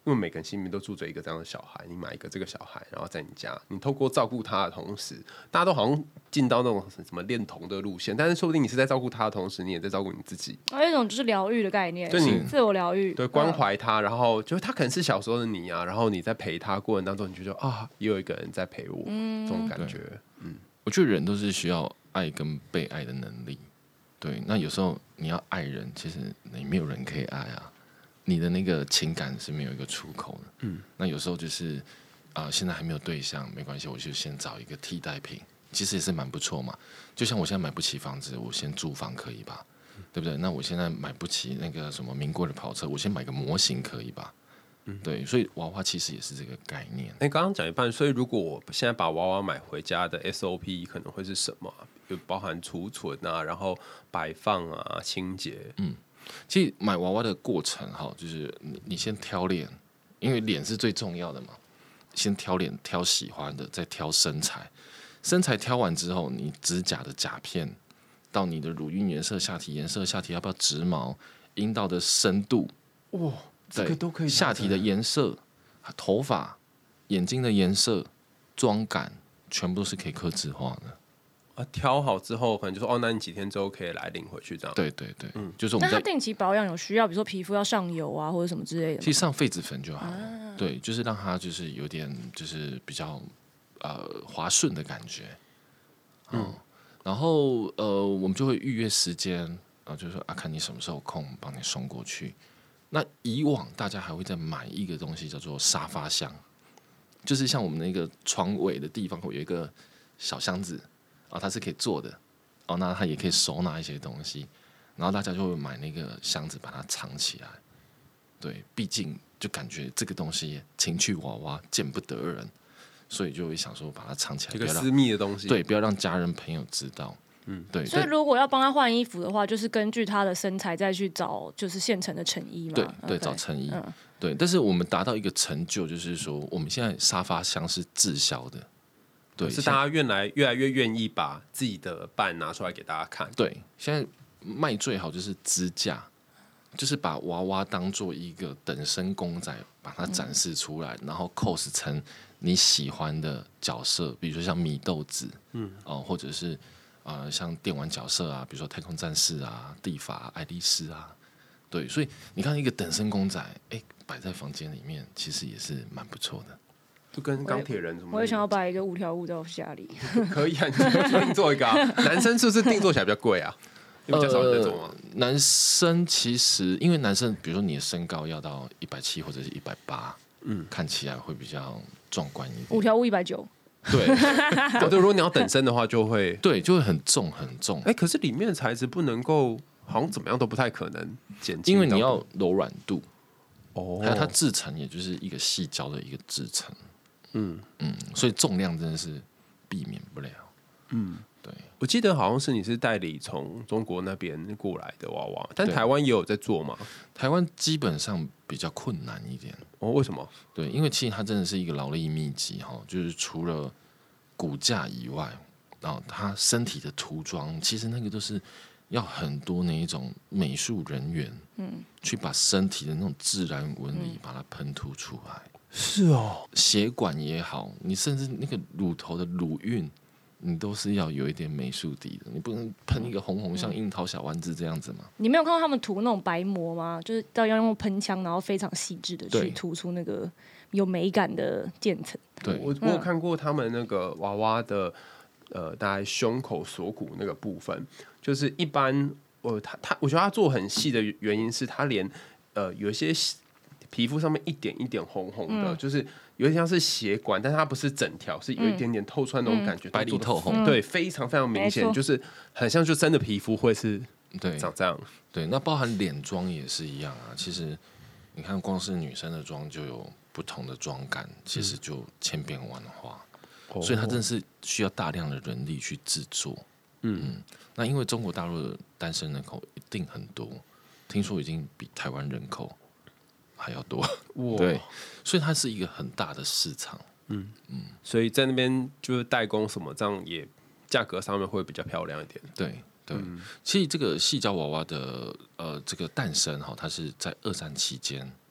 因为每个人心里面都住着一个这样的小孩，你买一个这个小孩，然后在你家，你透过照顾他的同时，大家都好像进到那种什么恋童的路线，但是说不定你是在照顾他的同时，你也在照顾你自己。 还有一种就是疗愈的概念， 就你自我疗愈， 对，关怀他，然后就是他可能是小时候的你啊，然后你在陪他过程当中，你就觉得啊，也有一个人在陪我，嗯、这种感觉。嗯， 我觉得人都是需要爱跟被爱的能力。对，那有时候你要爱人，其实你没有人可以爱啊。你的那个情感是没有一个出口的，嗯，那有时候就是啊、呃，现在还没有对象，没关系，我就先找一个替代品，其实也是蛮不错嘛。就像我现在买不起房子，我先租房可以吧？对不对？那我现在买不起那个什么名贵的跑车，我先买个模型可以吧？嗯，对，所以娃娃其实也是这个概念。 哎，刚刚讲一半，所以如果我现在把娃娃买回家的 S O P 可能会是什么？就包含储存啊，然后摆放啊，清洁， 嗯。其实买娃娃的过程哈，就是你你先挑脸，因为脸是最重要的嘛。先挑脸，挑喜欢的，再挑身材。身材挑完之后，你指甲的甲片，到你的乳晕颜色、下体颜色、下体要不要直毛、阴道的深度， 哇，这个都可以。 下体的颜色、头发、眼睛的颜色、妆感，全部都是可以客制化的。 啊，挑好之后，可能就说哦，那你几天之后可以来领回去这样。 对对对，嗯，就是我们在。那他定期保养有需要，比如说皮肤要上油啊，或者什么之类的。 其实上痱子粉就好，啊、对，就是让它就是有点就是比较呃滑顺的感觉。嗯，嗯然后呃，我们就会预约时间啊，就是说啊，看你什么时候空，帮你送过去。那以往大家还会再买一个东西叫做沙发箱，就是像我们那个床尾的地方会有一个小箱子。哦，它是可以做的，哦，那它也可以收纳一些东西，然后大家就会买那个箱子把它藏起来。对，毕竟就感觉这个东西情趣娃娃见不得人，所以就会想说把它藏起来， 这个私密的东西， 对，不要让家人朋友知道。嗯，对。 所以如果要帮他换衣服的话，就是根据他的身材再去找就是现成的成衣嘛。 对对， okay, 找成衣、嗯。对，但是我们达到一个成就，就是说我们现在沙发箱是滞销的。对， 是大家越来越来越愿意把自己的伴拿出来给大家看。 对，现在卖最好就是支架，就是把娃娃当做一个等身公仔，把它展示出来，嗯、然后 cos 成你喜欢的角色，比如说像米豆子，嗯，哦、呃，或者是啊、呃、像电玩角色啊，比如说太空战士啊、蒂法、爱丽丝啊，对，所以你看一个等身公仔，哎，摆在房间里面，其实也是蛮不错的。 就跟钢铁人什么， 我也想要摆一个五条悟在我家里。 可以啊，你就定做一个啊。男生是不是定做起来比较贵啊？因为比较少人在做吗、呃？ 男生其实因为男生，比如说你的身高要到一百七或者是一百八，嗯，看起来会比较壮观一点。 五条悟一百九， 对。 对，如果你要等身的话，就会对，就会很重很重。 哎、欸，可是里面的材质不能够，好像怎么样都不太可能减轻， 因为你要柔软度哦， 还有它制成也就是一个细胶的一个制成。嗯嗯，所以重量真的是避免不了。嗯，对， 我记得好像是你是代理从中国那边过来的娃娃，但台湾也有在做吗？ 台湾基本上比较困难一点。 哦，为什么？ 对，因为其实它真的是一个劳力密集哈，就是除了骨架以外，然后它身体的涂装，其实那个都是要很多那一种美术人员，嗯，去把身体的那种自然纹理把它喷涂出来。 是哦， 血管也好，你甚至那个乳头的乳晕，你都是要有一点美术底的，你不能喷一个红红像樱桃小丸子这样子嘛。 你没有看到他们涂那种白膜吗？就是要用喷枪，然后非常细致的去涂出那个有美感的渐层。 对， 我我有看过他们那个娃娃的，呃，大概胸口锁骨那个部分，就是一般，我他他，我觉得他做很细的原因是他连呃有一些。皮肤上面一点一点红红的，嗯、就是有点像是血管，但是它不是整条，是有一点点透出来那种感觉， 白里透红， 对，非常非常明显，就是很像就真的皮肤会是长这样。 对，那包含脸妆也是一样啊。其实你看，光是女生的妆就有不同的妆感，其实就千变万化，嗯、所以它真的是需要大量的人力去制作。嗯，嗯那因为中国大陆的单身人口一定很多，听说已经比台湾人口还要多，对，所以它是一个很大的市场。嗯嗯，所以在那边就是代工什么，这样也价格上面会比较漂亮一点。 对对，嗯、其实这个细胶娃娃的呃这个诞生哈，它是在二战期间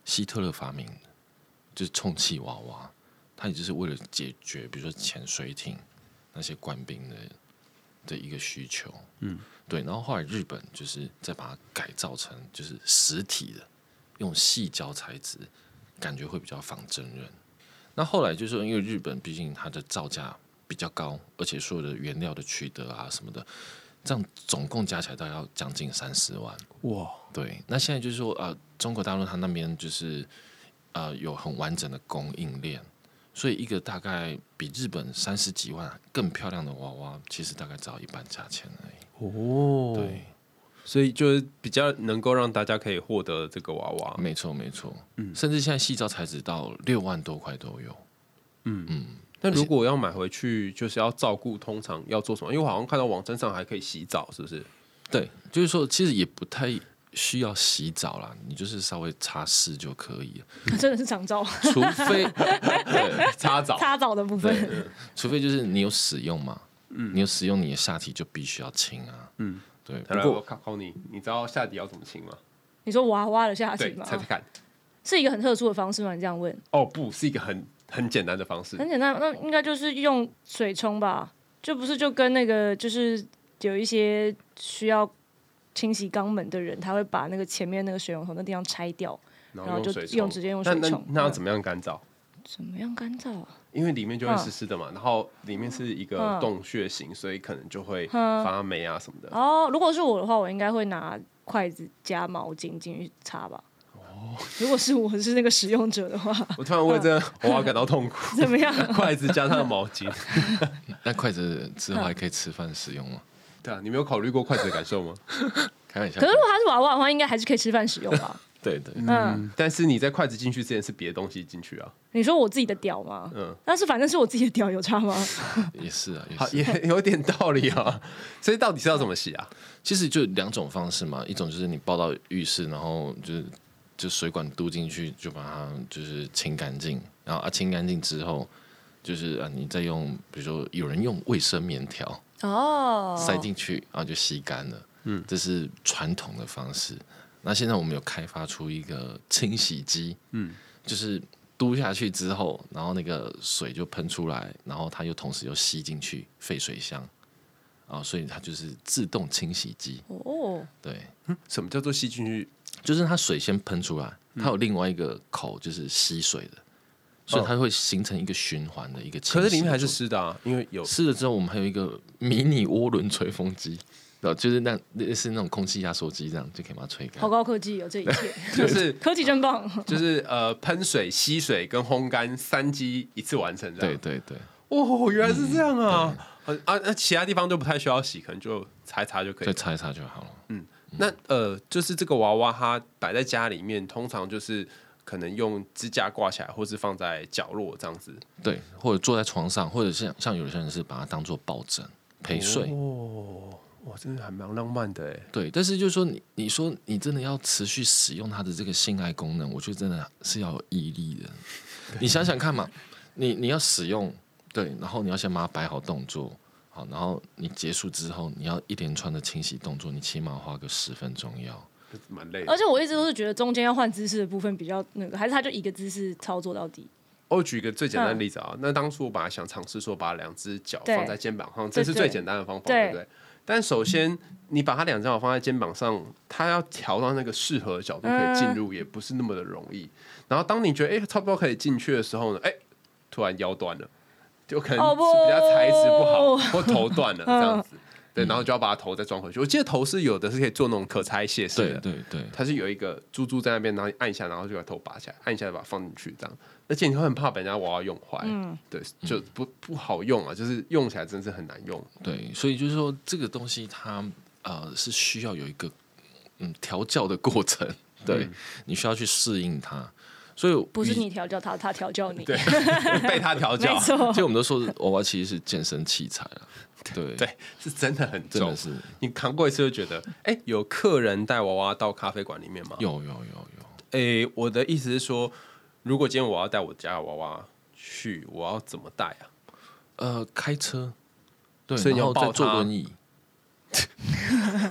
希特勒发明的，就是充气娃娃，它也就是为了解决比如说潜水艇那些官兵的的一个需求。嗯，对。然后后来日本就是再把它改造成就是实体的，用矽胶材质，感觉会比较仿真人。那后来就是说，因为日本毕竟它的造价比较高，而且所有的原料的取得啊什么的，这样总共加起来大概要将近三十万。哇！对，那现在就是说，呃，中国大陆它那边就是呃有很完整的供应链，所以一个大概比日本三十几万更漂亮的娃娃，其实大概只要一半价钱而已。哦，对。 所以就是比较能够让大家可以获得这个娃娃， 没错没错，嗯，甚至现在矽胶材质到六万多块都有， 嗯嗯。那如果要买回去，就是要照顾，通常要做什么？因为我好像看到网站上还可以洗澡，是不是？ 对，就是说其实也不太需要洗澡啦，你就是稍微擦拭就可以了。 真的是长照， 除非对擦澡擦澡的部分， 除非就是你有使用嘛，嗯，你有使用，你的下体就必须要清啊，嗯。对， 不过我考考你，你知道下体要怎么清吗？ 你说娃娃的下体吗？ 猜猜看， 是一个很特殊的方式吗？你这样问？ 哦，不是一个很很简单的方式， 很简单，那应该就是用水冲吧？就不是就跟那个就是有一些需要清洗肛门的人，他会把那个前面那个水龙头那地方拆掉，然后就用直接用水冲。 那要怎么样干燥？ 怎么样干燥啊？ 因为里面就会湿湿的嘛，嗯、然后里面是一个洞穴型，所以可能就会发霉啊什么的。 哦，如果是我的话，我应该会拿筷子加毛巾进去擦吧。哦，如果是我是那个使用者的话， 我突然为这娃娃感到痛苦。 怎么样？ 筷子加上的毛巾， 那筷子之后还可以吃饭使用吗？ 对啊，你没有考虑过筷子的感受吗？ 开玩笑。 可是如果它是娃娃的话，应该还是可以吃饭使用吧？ 对对， 嗯，但是你在筷子进去之前是别的东西进去啊？ 你说我自己的屌吗？嗯，但是反正是我自己的屌，有差吗？ 也是啊， 也是，也有点道理啊。所以到底是要怎么洗啊？ 其实就两种方式嘛，一种就是你抱到浴室，然后就是就水管嘟进去，就把它就是清干净，然后啊清干净之后，就是啊你再用，比如说有人用卫生棉条哦塞进去，然后就吸干了。嗯，这是传统的方式。那现在我们有开发出一个清洗机，嗯，就是嘟下去之后，然后那个水就喷出来，然后它又同时又吸进去废水箱，啊，所以它就是自动清洗机。哦，对， 嗯，什么叫做吸进去？ 就是它水先喷出来，它有另外一个口就是吸水的，所以它会形成一个循环的一个清洗。 可是里面还是湿的啊，因为有湿了之后，我们还有一个迷你涡轮吹风机。就是那类似那种空气压缩机，这样就可以把它吹干。 好高科技哦，这一切就是科技真棒。 就是呃，喷水、吸水跟烘干三机一次完成这样。 对对对。 哦，原来是这样啊！嗯、啊，那其他地方就不太需要洗，可能就擦一擦就可以。 就擦一擦就好了。 嗯，那呃，就是这个娃娃它摆在家里面，通常就是可能用支架挂起来，或是放在角落这样子。 对，或者坐在床上，或者像像有些人是把它当做抱枕陪睡。 哦。哇，真的还蛮浪漫的哎。 对，但是就是说你，你说你真的要持续使用它的这个性爱功能，我觉得真的是要有毅力的。你想想看嘛，你你要使用，对，然后你要先把它摆好动作，好，然后你结束之后，你要一连串的清洗动作，你起码花个十分钟要， 蛮累的。 而且我一直都是觉得中间要换姿势的部分比较那个，还是他就一个姿势操作到底。 我举一个最简单的例子啊，嗯、那当初我本来想尝试说把两只脚放在肩膀上，这是最简单的方法，对不对？但首先，你把它两只脚放在肩膀上，它要调到那个适合的角度可以进入，也不是那么的容易。然后，当你觉得哎、欸、差不多可以进去的时候呢，哎、欸，突然腰断了，就可能是比较材质不好，或头断了这样子。对，然后就要把它头再装回去。我记得头是有的是可以做那种可拆卸式的， 对对对， 它是有一个珠珠在那边，然后按一下，然后就把头拔起来，按一下就把它放进去这样。而且你会很怕把人家娃娃用坏，嗯，对，就不不好用啊，就是用起来真是很难用。 对，所以就是说这个东西它呃是需要有一个嗯调教的过程，对、嗯、你需要去适应它。所以不是你调教他，他调教你， 对，被他调教。 没错， 其实我们都说娃娃其实是健身器材了，对对，是真的很重， 真的是。 你扛过一次就觉得，哎、欸，有客人带娃娃到咖啡馆里面吗？ 有有有有。 哎、欸，我的意思是说，如果今天我要带我家的娃娃去，我要怎么带啊？ 呃，开车，对， 所以你要抱坐轮椅。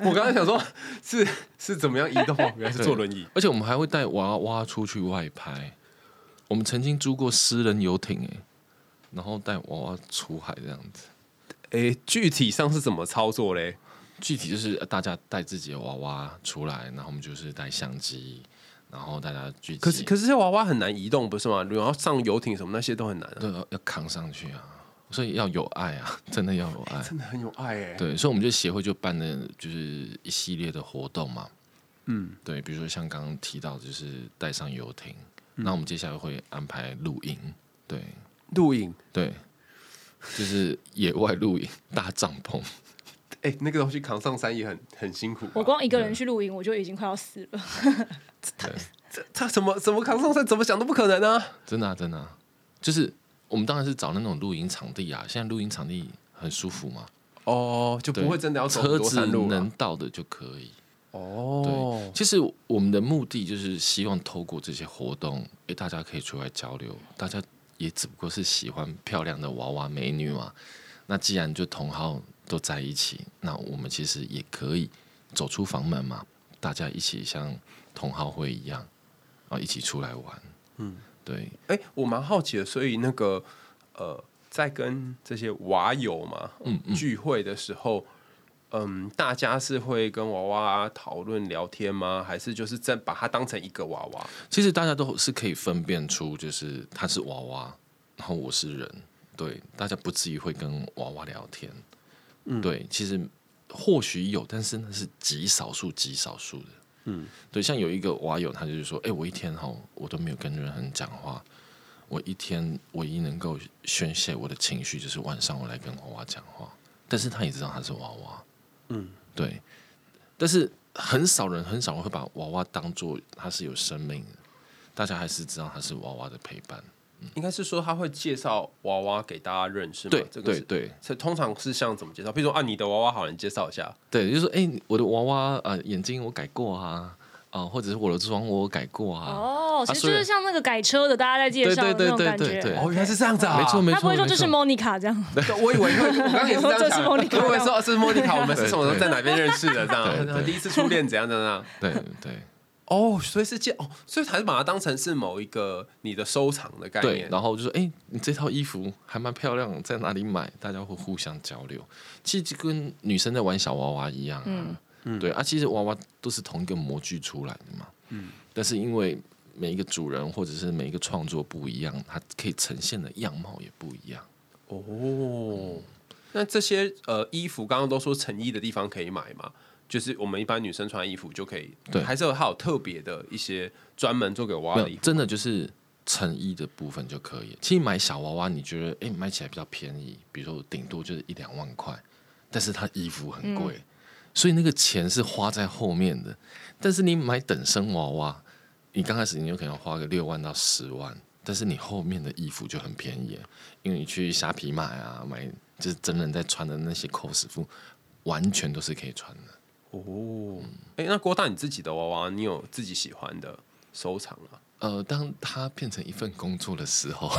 我刚才想说是是怎么样移动，原来是坐轮椅。 而且我们还会带娃娃出去外拍。我们曾经租过私人游艇，哎，然后带娃娃出海这样子。 哎，具体上是怎么操作嘞？ 具体就是大家带自己的娃娃出来，然后我们就是带相机，然后大家聚集。 可是可是这娃娃很难移动，不是吗？然后上游艇什么那些都很难、啊， 对，要扛上去啊。所以要有爱啊，真的要有爱， 欸、真的很有爱哎、欸。 对，所以我们就协会就办了就是一系列的活动嘛， 嗯， 对，比如说像刚刚提到的就是带上游艇，那、嗯、我们接下来会安排露营，对， 露营， 对，就是野外露营，搭帐篷。 哎、欸，那个东西扛上山也很很辛苦。 我光一个人去露营，我就已经快要死了。 他这他怎么怎么扛上山？怎么想都不可能啊！ 真的啊，真的啊，就是我们当然是找那种露营场地啊。现在露营场地很舒服嘛， 哦，就不会真的要走很多山路， 车子能到的就可以。 哦， 对，其实我们的目的就是希望透过这些活动，哎，大家可以出来交流。大家也只不过是喜欢漂亮的娃娃美女嘛。那既然就同好都在一起，那我们其实也可以走出房门嘛，大家一起像同好会一样，然后一起出来玩。嗯，对。 哎、欸，我蛮好奇的，所以那个呃，在跟这些娃友嘛、嗯嗯、聚会的时候，嗯，大家是会跟娃娃讨论聊天吗？还是就是真把它当成一个娃娃？ 其实大家都是可以分辨出，就是他是娃娃，然后我是人。对，大家不至于会跟娃娃聊天。嗯，对，其实或许有，但是那是极少数、极少数的。嗯，对，像有一个娃友，他就是说，哎、欸，我一天哈，我都没有跟任何人讲话，我一天唯一能够宣泄我的情绪，就是晚上我来跟娃娃讲话。但是他也知道他是娃娃。嗯，对，但是很少人、很少人会把娃娃当作他是有生命的，大家还是知道他是娃娃的陪伴。 应该是说他会介绍娃娃给大家认识吗？ 对， 这个对对。 所以通常是像怎么介绍？比如说啊，你的娃娃好，你介绍一下。 对，就是说，哎、欸，我的娃娃呃眼睛我改过啊，啊、呃，或者是我的妆我改过啊。 哦，其实就是像那个改车的，大家在介绍的那种感觉。 哦，原来是这样子啊！ 没错没错。 他不会说这是 Monica 这样。 我以为会，我刚刚也是这样想。 这是 Monica， 我以为说是 Monica， 我们是什么时候在哪边认识的？这样，第一次初恋怎样怎样？ 对对。 哦，所以是介哦，所以还是把它当成是某一个你的收藏的概念。 对，然后就说，哎、欸，你这套衣服还蛮漂亮，在哪里买？大家会互相交流。其实就跟女生在玩小娃娃一样啊。嗯，对啊，其实娃娃都是同一个模具出来的嘛。嗯，但是因为每一个主人或者是每一个创作不一样，它可以呈现的样貌也不一样。 哦，嗯、那这些呃衣服，刚刚都说成衣的地方可以买嘛？就是我们一般女生穿的衣服就可以，对，还是有它有特别的一些专门做给娃娃的衣服， 真的就是成衣的部分就可以。其实买小娃娃，你觉得哎、欸、买起来比较便宜，比如说顶多就是一两万块，但是它衣服很贵、嗯，所以那个钱是花在后面的。但是你买等身娃娃，你刚开始你有可能花个六万到十万，但是你后面的衣服就很便宜，因为你去虾皮买啊，买就是真人在穿的那些 cos 服，完全都是可以穿的。 哦，哎、欸，那郭大你自己的娃娃，你有自己喜欢的收藏吗？ 呃，当它变成一份工作的时候，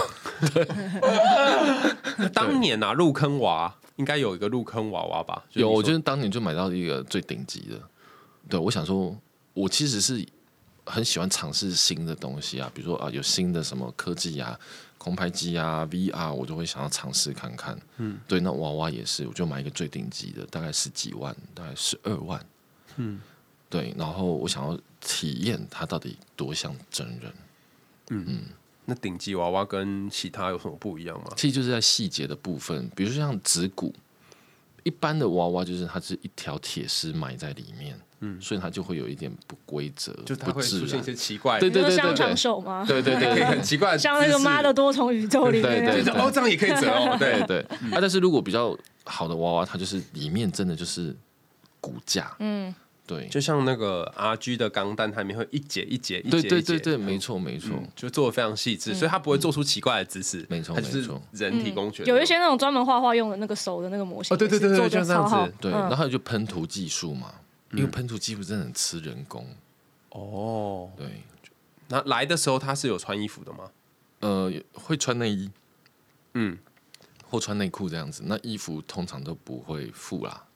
当年啊，入坑娃应该有一个入坑娃娃吧？ 有，我觉得当年就买到一个最顶级的。对，我想说，我其实是很喜欢尝试新的东西啊，比如说啊，有新的什么科技啊。空拍机啊 ，V R 我就会想要尝试看看。嗯，对，那娃娃也是，我就买一个最顶级的，大概十几万，大概十二万。嗯，对，然后我想要体验它到底多像真人。 嗯嗯，那顶级娃娃跟其他有什么不一样吗？ 其实就是在细节的部分，比如说像指骨，一般的娃娃就是它是一条铁丝埋在里面。嗯，所以它就会有一点不规则， 就它会出现一些奇怪的， 对对对对， 香肠手吗？ 对对对， 很奇怪的， 像那个妈的多重宇宙里面， 对对，哦，这样也可以折哦，对对。啊，但是如果比较好的娃娃，它就是里面真的就是骨架，嗯，对， 就像那个 R G 的钢弹，它里面会一节一节一节， 对对对对，没错没错， 就做的非常细致，所以它不会做出奇怪的姿势， 没错， 它就是人体工学。 有一些那种专门画画用的那个手的那个模型， 哦，对对对对， 做就这样子， 对，然后还有就喷涂技术嘛。因为喷涂技术真的很吃人工哦， 对。 那来的时候他是有穿衣服的吗？ 呃，会穿内衣，嗯，或穿内裤这样子。那衣服通常都不会附啦，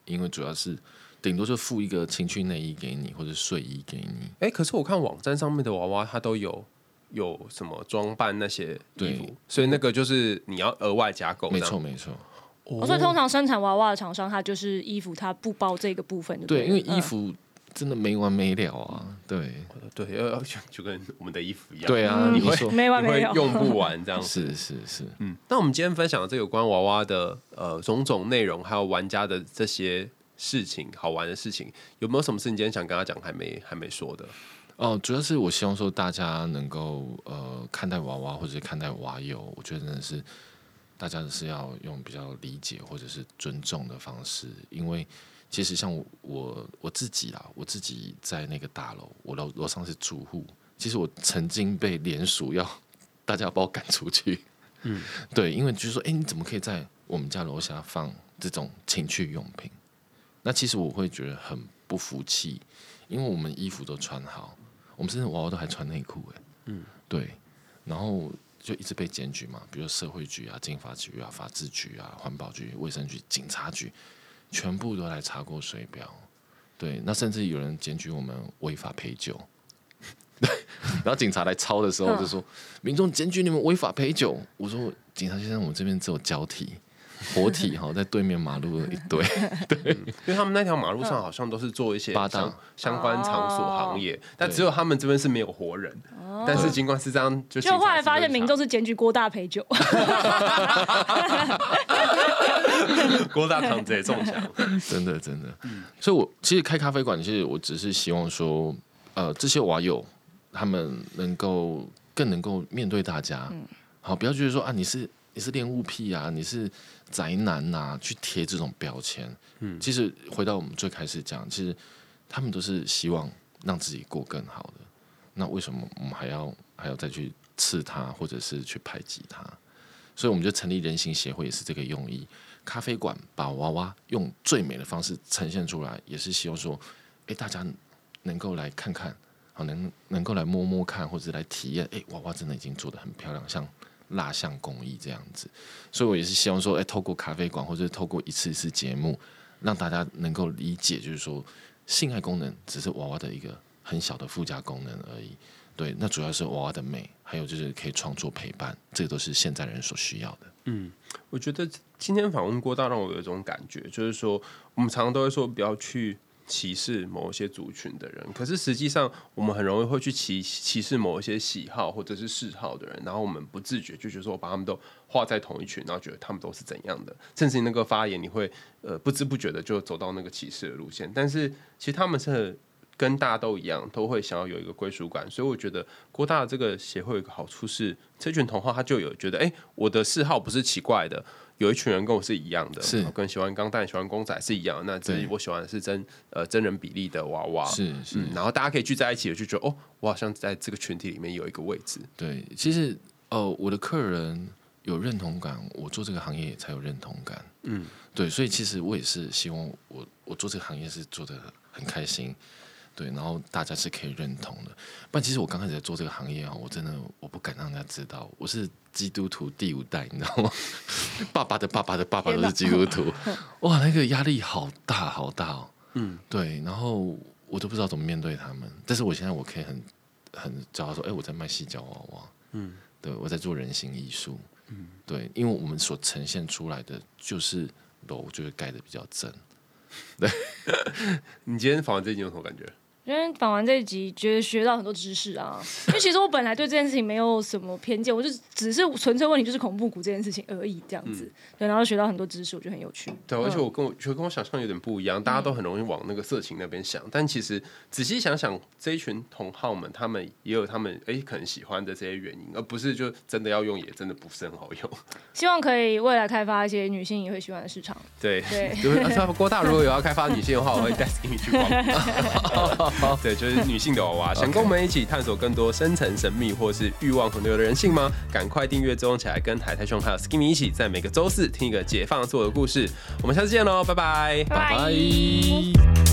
因为主要是顶多就附一个情趣内衣给你或者睡衣给你。 哎、欸，可是我看网站上面的娃娃，它都有有什么装扮那些衣服，所以那个就是你要额外加购。 没错，没错。 哦，所以通常生产娃娃的厂商，它就是衣服，它不包这个部分就对了。 对，因为衣服真的没完没了啊。嗯、对对，就就跟我们的衣服一样。 对啊， 嗯、 你会没完没了， 你会用不完这样。 是是是， 嗯。那我们今天分享的这个有关娃娃的呃种种内容，还有玩家的这些事情，好玩的事情，有没有什么事你今天想跟他讲还没还没说的？ 哦，主要是我希望说大家能够呃看待娃娃或者看待娃友，我觉得真的是。大家是要用比较理解或者是尊重的方式，因为其实像 我, 我, 我自己啦，我自己在那个大楼，我楼楼上是住户，其实我曾经被联署要大家要把我赶出去，嗯，对，因为就是说，哎、欸，你怎么可以在我们家楼下放这种情趣用品？那其实我会觉得很不服气，因为我们衣服都穿好，我们甚至娃娃都还穿内裤，哎，嗯，对，然后。就一直被检举嘛，比如社会局啊、经发局啊、法制局啊、环保局、卫生局、警察局，全部都来查过水表。对，那甚至有人检举我们违法陪酒，然后警察来抄的时候就说：“民众检举你们违法陪酒。”我说：“警察先生，我们这边只有交体。”活体哈，在对面马路的一堆，对、嗯， 因为他们那条马路上好像都是做一些相相关场所行业，但只有他们这边是没有活人。哦、但是尽管是这样，就就后来发现民众是检举郭大陪酒， 郭大堂贼中奖， 真的真的。嗯、所以我其实开咖啡馆，其实我只是希望说，呃，这些娃友他们能够更能够面对大家，嗯、好，不要觉得说啊，你是。你是恋物癖啊，你是宅男啊，去贴这种标签。嗯，其实回到我们最开始讲，其实他们都是希望让自己过更好的。那为什么我们还要还要再去刺他，或者是去排挤他？所以我们就成立人形协会，也是这个用意。咖啡馆把娃娃用最美的方式呈现出来，也是希望说，哎，大家能够来看看，好，能能够来摸摸看，或者来体验。哎，娃娃真的已经做得很漂亮，像。蜡像工艺这样子，所以我也是希望说，哎、欸，透过咖啡馆或者透过一次一次节目，让大家能够理解，就是说，性爱功能只是娃娃的一个很小的附加功能而已。对，那主要是娃娃的美，还有就是可以创作陪伴，这个都是现在人所需要的。 嗯，我觉得今天访问郭大让我有一种感觉，就是说，我们常常都会说不要去。歧视某一些族群的人，可是实际上我们很容易会去歧歧视某一些喜好或者是嗜好的人，然后我们不自觉就觉得说我把他们都划在同一群，然后觉得他们都是怎样的，甚至那个发言你会呃不知不觉的就走到那个歧视的路线。但是其实他们是跟大家都一样，都会想要有一个归属感，所以我觉得郭大的这个协会有一个好处是，这群同好他就有觉得，哎、欸，我的嗜好不是奇怪的。有一群人跟我是一样的， 是跟喜欢钢弹、喜欢公仔是一样的。那这我喜欢的是真呃真人比例的娃娃， 是是、 嗯，然后大家可以聚在一起，就觉得哦，我好像在这个群体里面有一个位置。 对，其实哦，我的客人有认同感，我做这个行业才有认同感。嗯，对，所以其实我也是希望我我做这个行业是做得很开心。对，然后大家是可以认同的。不然，其实我刚开始在做这个行业啊，我真的我不敢让人家知道我是基督徒第五代，你知道吗？爸爸的爸爸的爸爸都是基督徒，哇，那个压力好大好大哦。嗯，对，然后我都不知道怎么面对他们。但是我现在我可以很很骄傲说，哎，我在卖细胶娃娃，嗯，对，我在做人形艺术，嗯，对，因为我们所呈现出来的就是楼就会盖得比较正。对， 你今天访完这一集有什么感觉？ 因为访完这一集，觉得学到很多知识啊。因为其实我本来对这件事情没有什么偏见，我就只是纯粹问题就是恐怖谷这件事情而已，这样子。嗯、对，然后学到很多知识，我觉得很有趣。 对，而且我跟我觉得跟我想象有点不一样，大家都很容易往那个色情那边想，嗯、但其实仔细想想，这一群同好们，他们也有他们哎、欸、可能喜欢的这些原因，而不是就真的要用，也真的不是很好用。 希望可以未来开发一些女性也会喜欢的市场。 对对，就是郭大如果有要开发女性的话，我会带 Skimmy 去逛。对，就是女性的娃娃，想跟我们一起探索更多深层神秘或是欲望横流的人性吗？赶快订阅追踪起来，跟海苔兄还有 Skimmy 一起，在每个周四听一个解放自我的故事。我们下次见喽，拜拜， 拜拜。